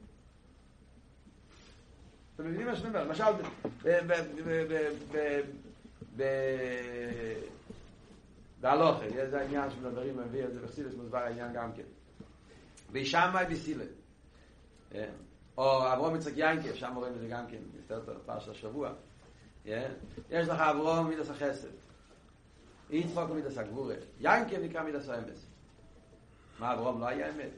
אתם מבינים מה שאני אומר? למשל, בהלוכה, זה העניין שמדברים, מביא את זה בחסידות מוסבר העניין גם כן. בישמאי בסילה. או אברהם יצחק יעקב, שם רואים את זה גם כן, יותר טוב, פרשת השבוע. יש לך אברהם מידס החסד. יצחק מידס הגבורה. יעקב נקרא מידס האמס. מה, אברהם לא היה אמת?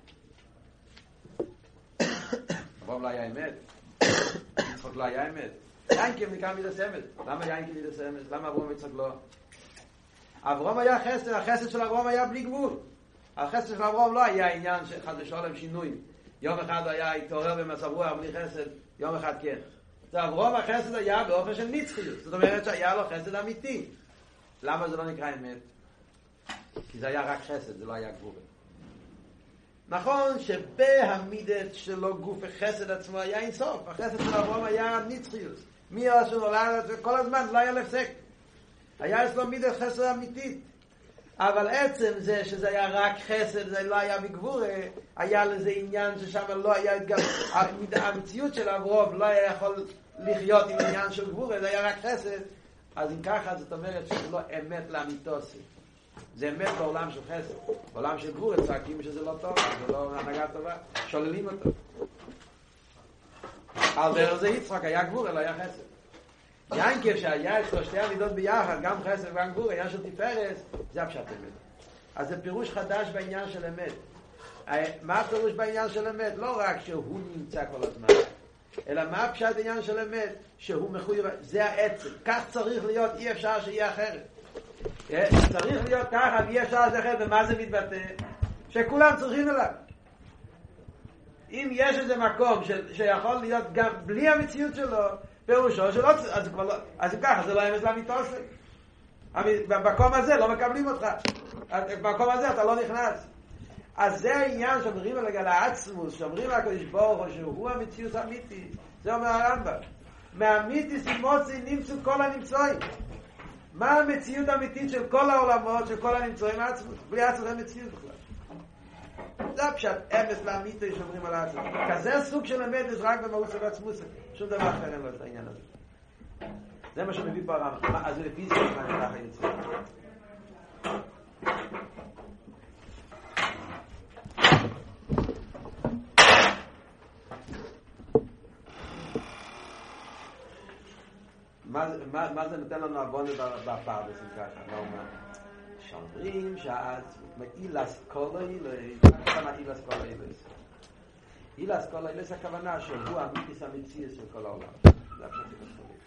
אברהם לא היה אמת? יצחק לא היה אמת? יעקב נקרא מידס אמת. למה יעקב מידס אמת? למה אברהם יצחק לא? אברהם היה חסד, החסד של אברהם היה בלי גבול. החסד של אברהם לא היה עניין של חד ושלום שינויים. יום אחד היה התעורר במצב רוח בלי חסד, יום אחד כן. זה אברהם החסד היה באופן של נצחיות. זאת אומרת שהיה לו חסד אמיתי. למה זה לא נקרא אמת? כי זה היה רק חסד, זה לא היה גבול. נכון שבהמידת שלו גוף החסד עצמו היה אינסוף. החסד של אברהם היה נצחיות. מי היה שנולד כל הזמן, לא היה לפסק. היה אצלו מידת חסד אמיתית. אבל עצם זה שזה היה רק חסד, זה לא היה בגבורה, היה לזה עניין ששם לא היה גם המציאות של אברהם לא היה יכול לחיות עם עניין של גבורה, זה היה רק חסד. אז אם ככה זאת אומרת שזה לא אמת לאמיתוסי, זה אמת בעולם של חסד. בעולם של גבורה צועקים שזה לא טוב, זה לא הנהגה טובה, שוללים אותו. על דרך זה יצחק היה גבורה, לא היה חסד. יעקב שהיה את שתי המידות ביחד, גם חסד וגם גבורה, עניין של תפארת, זה הפשט אמת. אז זה פירוש חדש בעניין של אמת. מה הפירוש בעניין של אמת? לא רק שהוא נמצא כל הזמן, אלא מה הפשט בעניין של אמת? שהוא מחויב, זה העצם. כך צריך להיות, אי אפשר שיהיה אחרת. צריך להיות ככה, אי אפשר שיהיה אחרת, ומה זה מתבטא? שכולם צריכים אליו. אם יש איזה מקום שיכול להיות גם בלי המציאות שלו, פירושו שלא, אז כבר לא, אז ככה זה לא אמס לאמיתוס. במקום הזה לא מקבלים אותך. במקום הזה אתה לא נכנס. אז זה העניין שאומרים על הגל העצמוס, שאומרים על הקדוש ברוך הוא שהוא המציאות האמיתית. זה אומר הרמב"ם. מהאמיתיס מוציא נמצאו כל הנמצאים. מה המציאות האמיתית של כל העולמות, של כל הנמצאים עצמוס? בלי עצמוס אין מציאות בכלל. זה פשוט אמס לאמיתו שאומרים על העצמוס. כזה סוג של אמת יש רק במהות של עצמוס. שום דבר אחר אין לו את העניין הזה. זה מה שמביא פה הרמב"ם. אז לפי זה מה נלך היציאה. מה, מה זה נותן לנו הבונה בפרדס אם ככה? מה אומר? שאומרים שהעצמות, אילס כל אילס, כמה אילס כל אילס? אילס כל אילס הכוונה שהוא האמיתיס המציאס של כל העולם. זה הפשט המסורי.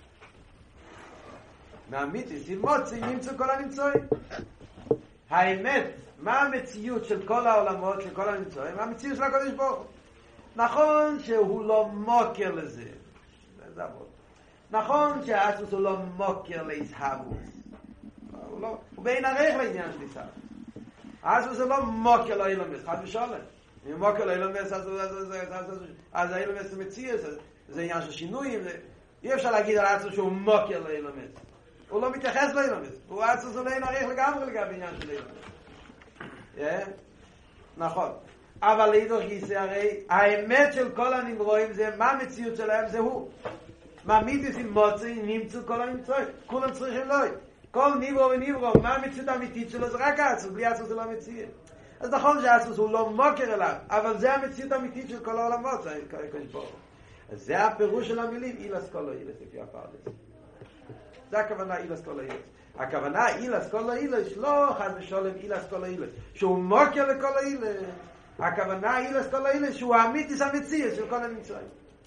מהאמיתיס, אם מוצאים, נמצאו כל הנמצאים. האמת, מה המציאות של כל העולמות, של כל הנמצאים? המציאות של הקדוש ברוך הוא. נכון שהוא לא מוקר לזה. זה עבוד. נכון שהעצמוס הוא לא מוקר להסהבוס. הוא, לא, הוא בין ערך לעניין של הסהבוס. העצמוס הוא לא מוקר לאילומס, חד ושולם. אם הוא מוקר לאילומס, אז האילומס הוא מציאס, זה עניין של שינויים. אי אפשר להגיד על העצמוס שהוא מוקר לאילומס. הוא לא מתייחס לאילומס. הוא העצמוס הוא בין ערך לגמרי לגבי עניין של אילומס. נכון. אבל לידור גיסא הרי, האמת של כל הנברואים זה, מה המציאות שלהם זה הוא. מעמיתיס עם מוצאים נמצאו כל הנמצאים, כולם צריכים לא. כל נברוא ונברוא, מה המציאות האמיתית שלו? זה רק העצמוס, בלי העצמוס זה לא מציאות. אז נכון שהעצמוס הוא לא מוקר אליו, אבל זה המציאות האמיתית של כל העולמות, זה הקדוש ברוך הוא. אז זה הפירוש של המילים, אילס כל אילס, לפי הפרדס. זה הכוונה אילס כל אילס. הכוונה אילס כל אילס, לא חד ושולם אילס כל אילס, שהוא מוקר לכל אילס. הכוונה אילס כל אילס, שהוא האמיתיס המציאות של כל הנמצאים.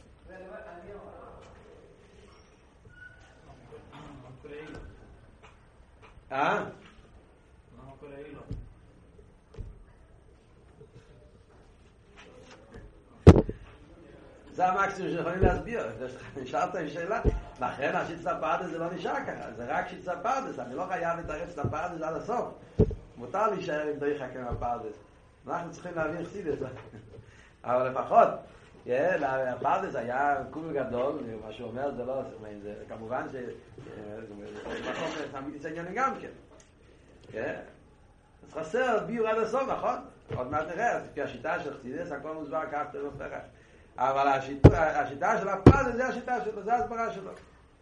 אה? למה קורא אילו? זה המקסימום שיכולים להסביר. נשארת עם שאלה? לכן השיטה פרדס זה לא נשאר ככה, זה רק שיטה פרדס, אני לא חייב להתערב שיטה פרדס עד הסוף. מותר להישאר עם דרך חכם הפרדס. אנחנו צריכים להבין חסידות. אבל לפחות, הפרדס היה קום גדול, מה שהוא אומר זה לא, כמובן ש... זה עניינים גם כן. אז חסר ביור עד הסוף, נכון? עוד מעט נראה, כי השיטה של חסידות, הכל מוסבר כך תרפרח. אבל השיטה של הפרדס זה השיטה שלו, זה ההסברה שלו.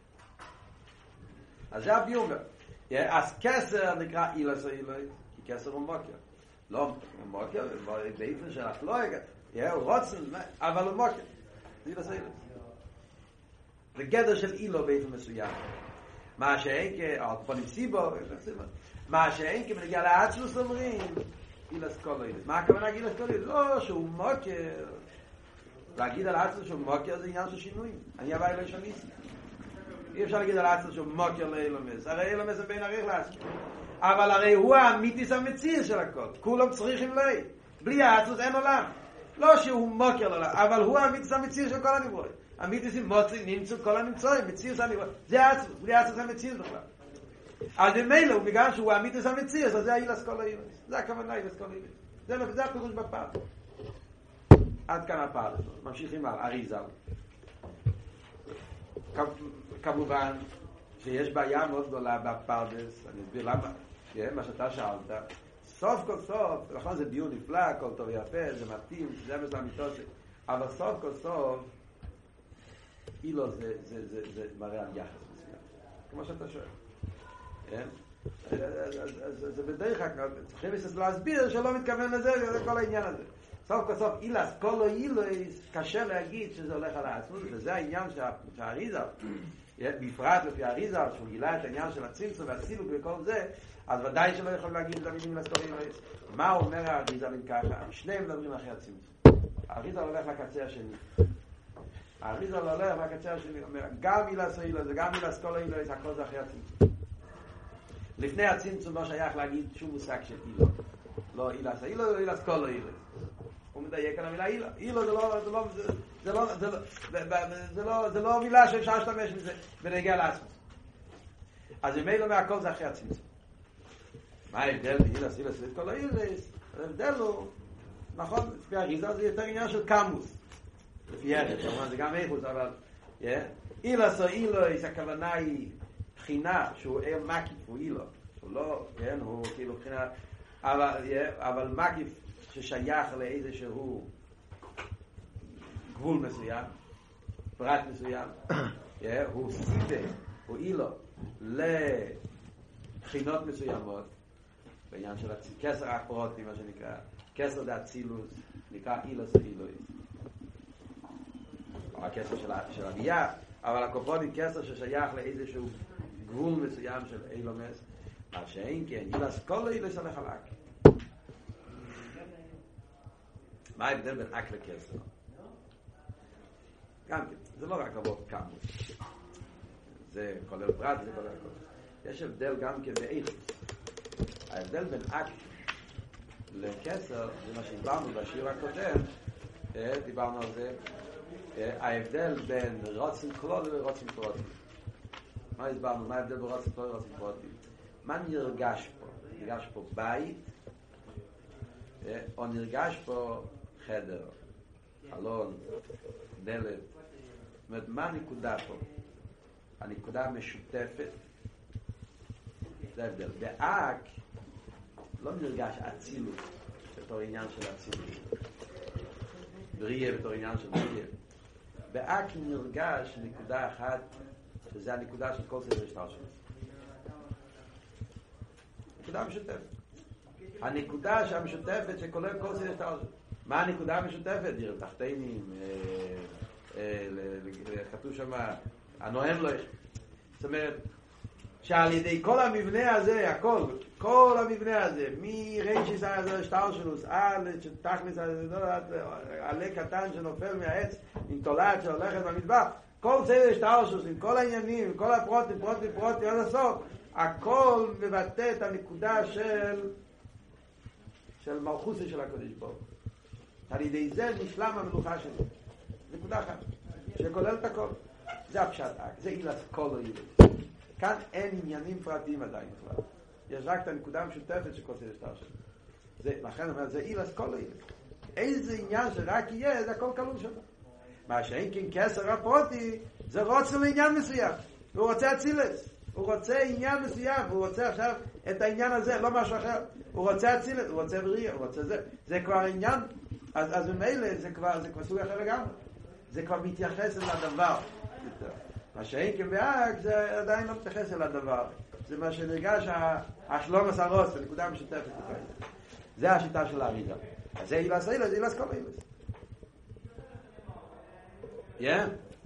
אז זה הביומר. אז כסר נקרא אילס או אילוי, כי כסר הוא מוקר. לא מוקר, באיפן של הפלויגה, הוא רוצן, אבל הוא מוקר. זה אילס או אילוי. זה גדר של אילו באיפן מסוים. מה שאין כפוליסיבו, מה שאין כבנגיע לעצמוס אומרים, אילס כל אילס. מה הכוונה אילס כל אילס? לא, שהוא מוקר. להגיד על העצמוס שהוא מוקר זה עניין של שינויים. אני אבא אלוהי של ניסי. אי אפשר להגיד על העצמוס שהוא מוקר לאילומס. הרי אילומס זה בין עריך לעצמוס. אבל הרי הוא האמיתיס המציר של הכל. כולם צריכים לי. בלי העצמוס אין עולם. לא שהוא מוקר לעולם, אבל הוא האמיתיס המציר של כל הנברואים. אמיתיס מוצאים, נמצאו כל הנמצאים, מציר של הנברואים. זה העצמוס, בלי העצמוס המציר בכלל. אז במילא הוא מגן שהוא האמיתיס המציר, אז זה האילס כל האילס. זה הכוונה אילס כל האילס. זה הפירוש בפעם. עד כאן הפרדס. ממשיכים על אריזל. כמובן שיש בעיה מאוד גדולה בפרדס. אני אסביר למה. מה שאתה שאלת. סוף כל סוף, נכון זה דיון נפלא, הכל טוב יפה, זה מתאים, זה מסע אמיתות. אבל סוף כל סוף, אילו זה, זה, זה, זה מראה על יחס מסוים. כמו שאתה שואל. כן? זה בדרך כלל, צריכים להסביר שלא מתכוון לזה, זה כל העניין הזה. סוף כל סוף, אילס, כל אילוס, קשה להגיד שזה הולך על העצמות, וזה העניין שהאריזל, בפרט לפי האריזל, שהוא גילה את העניין של הצמצום והסילוק וכל זה, אז ודאי שלא יכול להגיד את המילים לסקור אילוס. מה אומר האריזל אם ככה? שניהם מדברים אחרי הצמצום. האריזל הולך לקצה השני. האריזל הולך לקצה השני, אומר, גם אילס או אילוס, וגם אילס כל אילוס, הכל זה אחרי הצמצום. לפני הצמצום לא שייך להגיד שום מושג של אילו. לא אילס, אילו או אילס כל אילוס. הוא מדייק על המילה אילו. אילו זה לא, זה לא, זה לא, זה לא, זה לא, זה לא מילה שאפשר להשתמש בזה בנגיע לעצמות. אז אם אילו מהכל זה אחרי הצמצום. מה ההבדל באילס, אילס וכל אילוס? ההבדל הוא, נכון, לפי האריזה זה יותר עניין של קמוס. לפי ערך, כמובן זה גם איכוס, אבל, אילס או אילוס, הכוונה היא בחינה שהוא ער מקיף, הוא אילו. הוא לא, כן, הוא כאילו בחינה, אבל, אבל מקיף ששייך לאיזשהו גבול מסוים, פרט מסוים, הוא סיבה, הוא אילו, לבחינות מסוימות, בעניין של כסר הפרוטי, מה שנקרא, כסר דאצילוס, נקרא אילוס אילוס. או הכסר של הבייה, אבל הקופוני כסר ששייך לאיזשהו גבול מסוים של אילומס, מה שאין כן, אילוס כל אילוס על החלק. מה ההבדל בין אק לכסר? גם כן, זה לא רק עבוד כמוס. זה כולל פרט, זה כולל הכל. יש הבדל גם כן באיכוס. ההבדל בין אק לכסר, זה מה שדיברנו בשיר הקודם, דיברנו על זה, ההבדל בין רוצים כלול ורוצים פרוטים. מה הסברנו? מה ההבדל בין רוצים כלול ורוצים פרוטים? מה נרגש פה? נרגש פה בית, או נרגש פה חדר, חלון, דלת. זאת אומרת, מה הנקודה פה? הנקודה המשותפת. זה ההבדל. באק לא נרגש אצילות בתור עניין של אצילות. בריאה בתור עניין של בריאה. באק נרגש נקודה אחת, שזה הנקודה של כל סדר השטר שלו. נקודה משותפת. הנקודה שהמשותפת שכולל כל סדר השטר שלו. מה הנקודה המשותפת? דיר תחתינים, כתוב שם, הנוהם לא יש. זאת אומרת, שעל ידי כל המבנה הזה, הכל, כל המבנה הזה, מריישיס השטרשנוס, עד תכלס, עלה קטן שנופל מהעץ, עם תולעת שהולכת במטבח, כל סדר השטרשנוס, עם כל העניינים, עם כל הפרוטים, פרוטים, פרוטים, עד הסוף, הכל מבטא את הנקודה של, של מלכוסי של הקודש בו. על ידי זה נשלם המלוכה שלו. נקודה אחת, שכולל את הכל. זה הפשט אק, זה אילס כל אילס. כאן אין עניינים פרטיים עדיין בכלל. יש רק את הנקודה המשותפת של כל סדר שטר שלו. זה, לכן אומר, זה אילס כל אילס. איזה עניין שרק יהיה, זה הכל כלול שלו. מה שאין כן כסר הפרוטי, זה רוצה לעניין מסוים. הוא רוצה אצילס. הוא רוצה עניין מסוים, הוא רוצה עכשיו את העניין הזה, לא משהו אחר. הוא רוצה אצילס, הוא רוצה בריאה, הוא רוצה זה. זה כבר עניין, אז, אז במילא זה כבר, זה כבר סוג אחר לגמרי. זה כבר מתייחס אל הדבר. מה שאין כן באק, זה עדיין לא מתייחס אל הדבר. זה מה שנרגש, השלום הסרוס, הנקודה המשותפת. זה השיטה של האריזה. אז זה אילס אילס, זה אילס כל אילס. כן?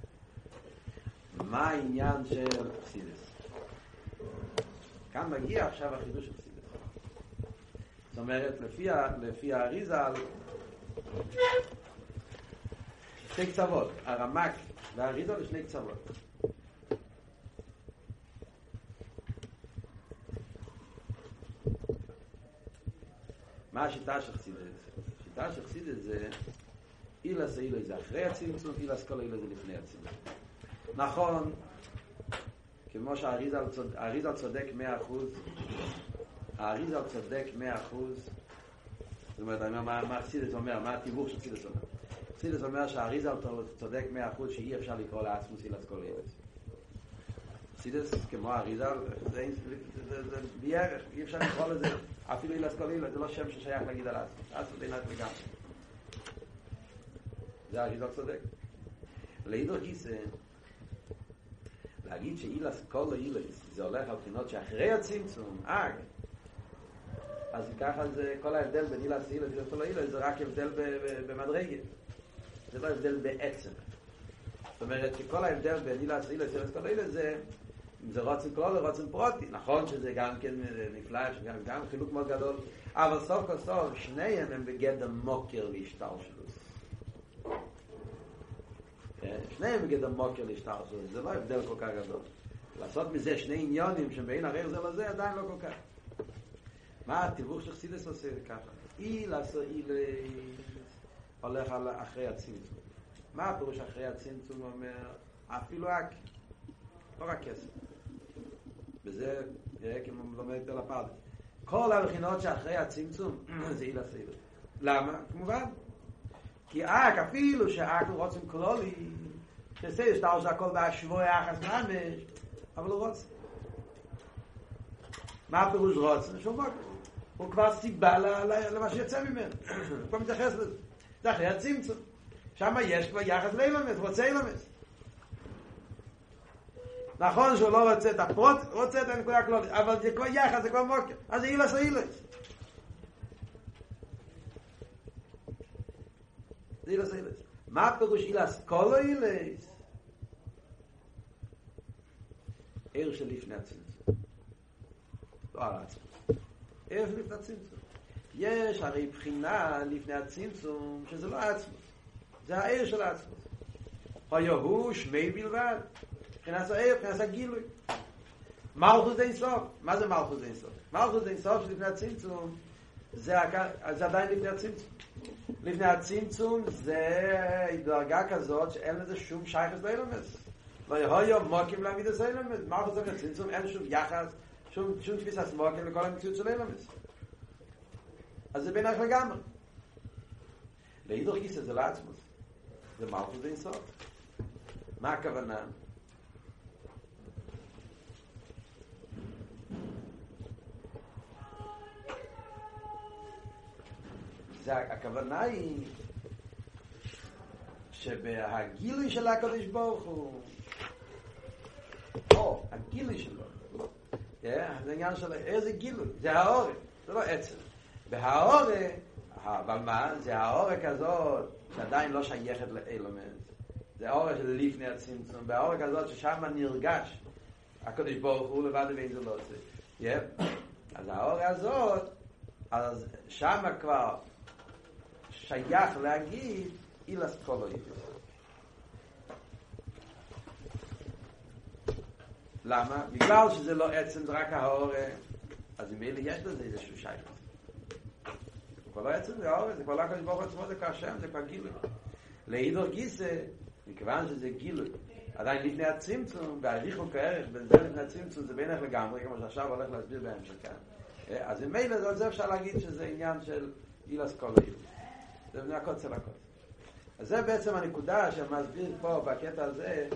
מה העניין של חסידס? כאן מגיע עכשיו החידוש של חסידס. זאת אומרת, לפי, לפי האריזה, שתי קצוות, הרמק והאריזה לשני קצוות. מה השיטה של חסידס? השיטה של חסידס זה אילס אילס זה אחרי הצמצום, אילס כל אילס זה לפני הצמצום. נכון, כמו שהאריזה צודק מאה אחוז, האריזה צודק מאה אחוז, זאת אומרת, אני אומר, מה חסידס אומר, מה התיווך של חסידס אומר? חסידס אומר שהאריזה צודק מאה אחוז שאי אפשר לקרוא לעצמוס אילס כל אילס. חסידס כמו האריזה, זה בערך, אי אפשר לקרוא לזה אפילו אילס כל אילס, זה לא שם ששייך להגיד על עצמוס, עצמוס אינת לגמרי. זה האריזה צודק. לידור גיסא, להגיד שאילס כל אילס זה הולך על בחינות שאחרי הצמצום, אג, אז ככה זה כל ההבדל בין אילס אילס אילס כל אילס זה רק הבדל במדרגת, זה לא הבדל בעצם. זאת אומרת שכל ההבדל בין אילס אילס אילס כל אילס זה זה רוצן כלול רוצן פרוטי. נכון שזה גם כן נפלא, שגם גם חילוק מאוד גדול, אבל סוף כל סוף שניהם הם בגדר מוקר להשתלשלות. שניהם בגדר מוקר להשתלשלות, זה לא הבדל כל כך גדול. לעשות מזה שני עניונים שבין הרי זה לזה עדיין לא כל כך. מה התיווך של חסידס עושה ככה? אילס אילס הולך על אחרי הצמצום. מה הפירוש אחרי הצמצום? אומר אפילו רק לא רק כסף. וזה יראה כמו לומד על הפרדס. כל הבחינות שאחרי הצמצום זה אילס אילס. למה? כמובן כי אק אפילו שאק הוא רוצים כלולי שסי שטר שהכל בהשבוע יחס ממש, אבל הוא רוצה. מה הפירוש רוצה? שום בוקר הוא כבר סיבה למה שיוצא ממנו. הוא כבר מתייחס לזה. זה אחרי הצמצום. שם יש כבר יחס לאילמס, רוצה אילמס. נכון שהוא לא רוצה את הפרוט, רוצה את הנקודה הכלולית, אבל זה כבר יחס, זה כבר מוקר. אז זה אילס או אילס. זה אילס או אילס. מה הפירוש אילס כל או אילס? עיר של לפני הצמצום. לא על עצמוס. עיר של לפני הצמצום. יש הרי בחינה לפני הצמצום שזה לא עצמוס. זה העיר של עצמוס. הוא שמי בלבד. מבחינת העיר, מבחינת הגילוי. מלכות אין סוף. מה זה מלכות אין סוף? מלכות אין סוף שלפני הצמצום זה, זה עדיין לפני הצמצום. לפני הצמצום זה דרגה כזאת שאין לזה שום שייכות לאילמס. לא יהיו מוקים להגיד את זה אילמס. מלכות זה הצמצום, אין שום יחס, שום, שום תפיסת מוקים לכל המציאות של אילמס. אז זה בין איך לגמרי. להידור גיסא זה לעצמוס. זה מלכות אין סוף. מה הכוונה? זה הכוונה היא שבהגילוי של הקדוש ברוך הוא או הגילוי שלו זה עניין של איזה גילוי זה האור, זה לא עצם בהאור, אבל מה? זה האור כזאת שעדיין לא שייכת לאלמנט זה האור של לפני הצמצום בהאור כזאת ששם נרגש הקדוש ברוך הוא לבד ואין זה לא עושה אז האור הזאת אז שם כבר שייך להגיד אילס כל אילס. למה? בגלל שזה לא עצם, זה רק האור, אז אם אלה יש לזה איזשהו שייך. זה כבר לא עצם, זה האור, זה כבר לא הקדוש ברוך הוא עצמו, זה כבר שם, זה כבר גילוי. להידור גיסא, מכיוון שזה גילוי, עדיין לפני הצמצום, והריחוק הערך בין זה לפני הצמצום זה בעינך לגמרי, כמו שעכשיו הולך להסביר בהמשך כאן. אז עם מילא זה אפשר להגיד שזה עניין של אילס כל אילוס. זה בני הקוצר לקוצר. אז זה בעצם הנקודה שמסביר פה בקטע הזה,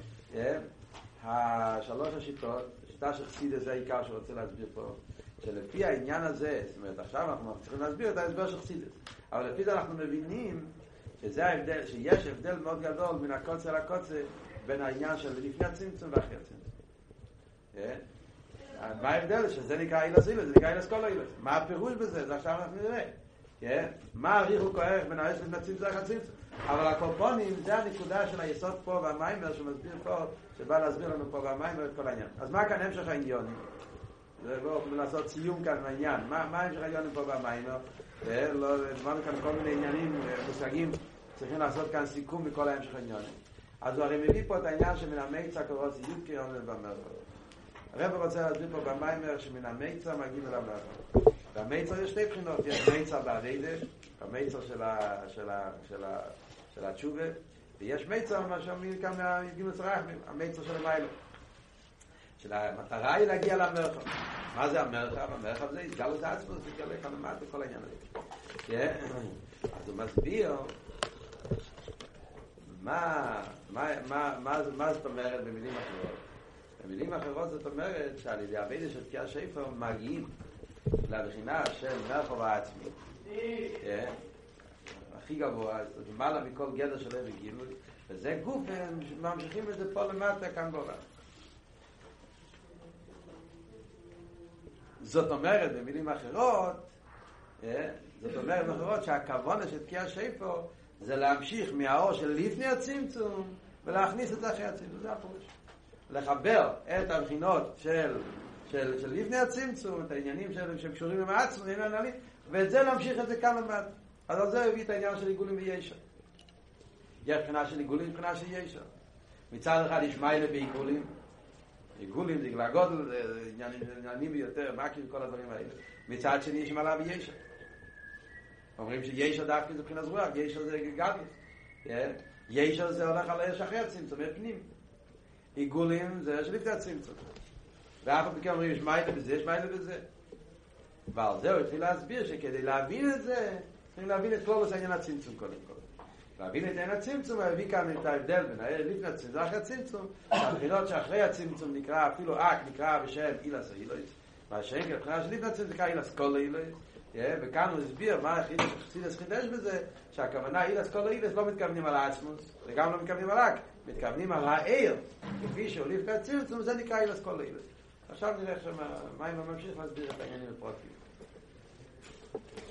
השלוש השיטות, שיטה של חסידות זה העיקר שרוצה להסביר פה, שלפי העניין הזה, זאת אומרת עכשיו אנחנו צריכים להסביר את ההסבר של חסידות, אבל לפי זה אנחנו מבינים שזה ההבדל, שיש הבדל מאוד גדול מן הקוצר לקוצר בין העניין של לפני הצמצום ואחרי הצמצום. מה ההבדל? שזה נקרא אילס אילס, זה נקרא אילס כל אילס. מה הפירוש בזה? זה עכשיו אנחנו נראה. מה הריחוק הערך בין האש לפני הצמצום ואחרי הצמצום? אבל הקופונים זה הנקודה של היסוד פה והמיימר שמסביר פה, שבא להסביר לנו פה והמיימר את כל העניין. אז מה כאן המשך העניונים? זה לא לעשות סיום כאן מהעניין. מה, מה המשך העניונים פה והמיימר? לא, דברנו כאן כל מיני עניינים, מושגים, צריכים לעשות כאן סיכום מכל ההמשך העניונים. אז הוא הרי מביא פה את העניין שמן המיצה קורוס יודקי עומד במרחוב. הרב רוצה להסביר פה במיימר שמן המיצה מגיעים אליו לאחור. והמיצה יש שתי בחינות, יש מיצה בעבידה, המיצה של ה... של ה... של ה... של התשובה, ויש מיצה, מה שאומרים כאן מהגימוס רחמים, המיצה של המיילו. של המטרה היא להגיע למרחב. מה זה המרחב? המרחב זה יסגל את עצמו, זה יגלה כאן למד בכל העניין הזה. אז הוא מסביר מה, מה, מה, מה, מה זאת אומרת במילים אחרות. במילים אחרות זאת אומרת שעל ידי העבודה של תקיעת שפר מגיעים לבחינה של מרחב העצמי. הכי גבוה, למעלה מכל גדר של אבי גילוי, וזה גוף, הם ממשיכים את זה פה למטה כאן בעולם. זאת אומרת, במילים אחרות, זאת אומרת אחרות שהכוונה של תקיעת שפר זה להמשיך מהאור של לפני הצמצום ולהכניס את זה אחרי הצמצום, זה הפרוש. לחבר את הבחינות של, של, של לפני הצמצום, את העניינים שלהם שקשורים עם העצמם, ואת זה להמשיך את זה כאן למטה. אז על זה הביא את העניין של עיגולים וישר. יש בחינה של עיגולים ובחינה של ישר. מצד אחד יש מיילה בעיגולים. עיגולים זה גודל, זה עניינים ביותר, מקים וכל הדברים האלה. מצד שני יש מעלה בישר. אומרים שישר דווקא זה בחינה זרוח, ישר זה גדלוס. ישר זה הולך על האש אחרי הצמצום, פנים. עיגולים זה של לפני הצמצום. ואף פעם אומרים יש מיילה בזה, יש מיילה בזה. ועל זה הוא התחיל להסביר שכדי להבין את זה, צריכים להבין את כל העניין הצמצום קודם כל. להבין את העניין הצמצום, להביא כאן את ההבדל בין לפני הצמצום ואחרי הצמצום. הבחינות שאחרי הצמצום נקרא, אפילו אק נקרא בשם אילס אילויס. והשם כבחינה של לפני הצמצום נקרא אילס כל אילויס. וכאן הוא הסביר מה חסידס חידש בזה, שהכוונה אילס כל אילויס לא מתכוונים על העצמוס, וגם לא מתכוונים על אק, מתכוונים על העיר, כפי שהוא לפני הצמצום, זה נקרא אילס כל אילויס. עכשיו נראה שמה, מה אם ממשיך להסביר את העניינים הפרטיים.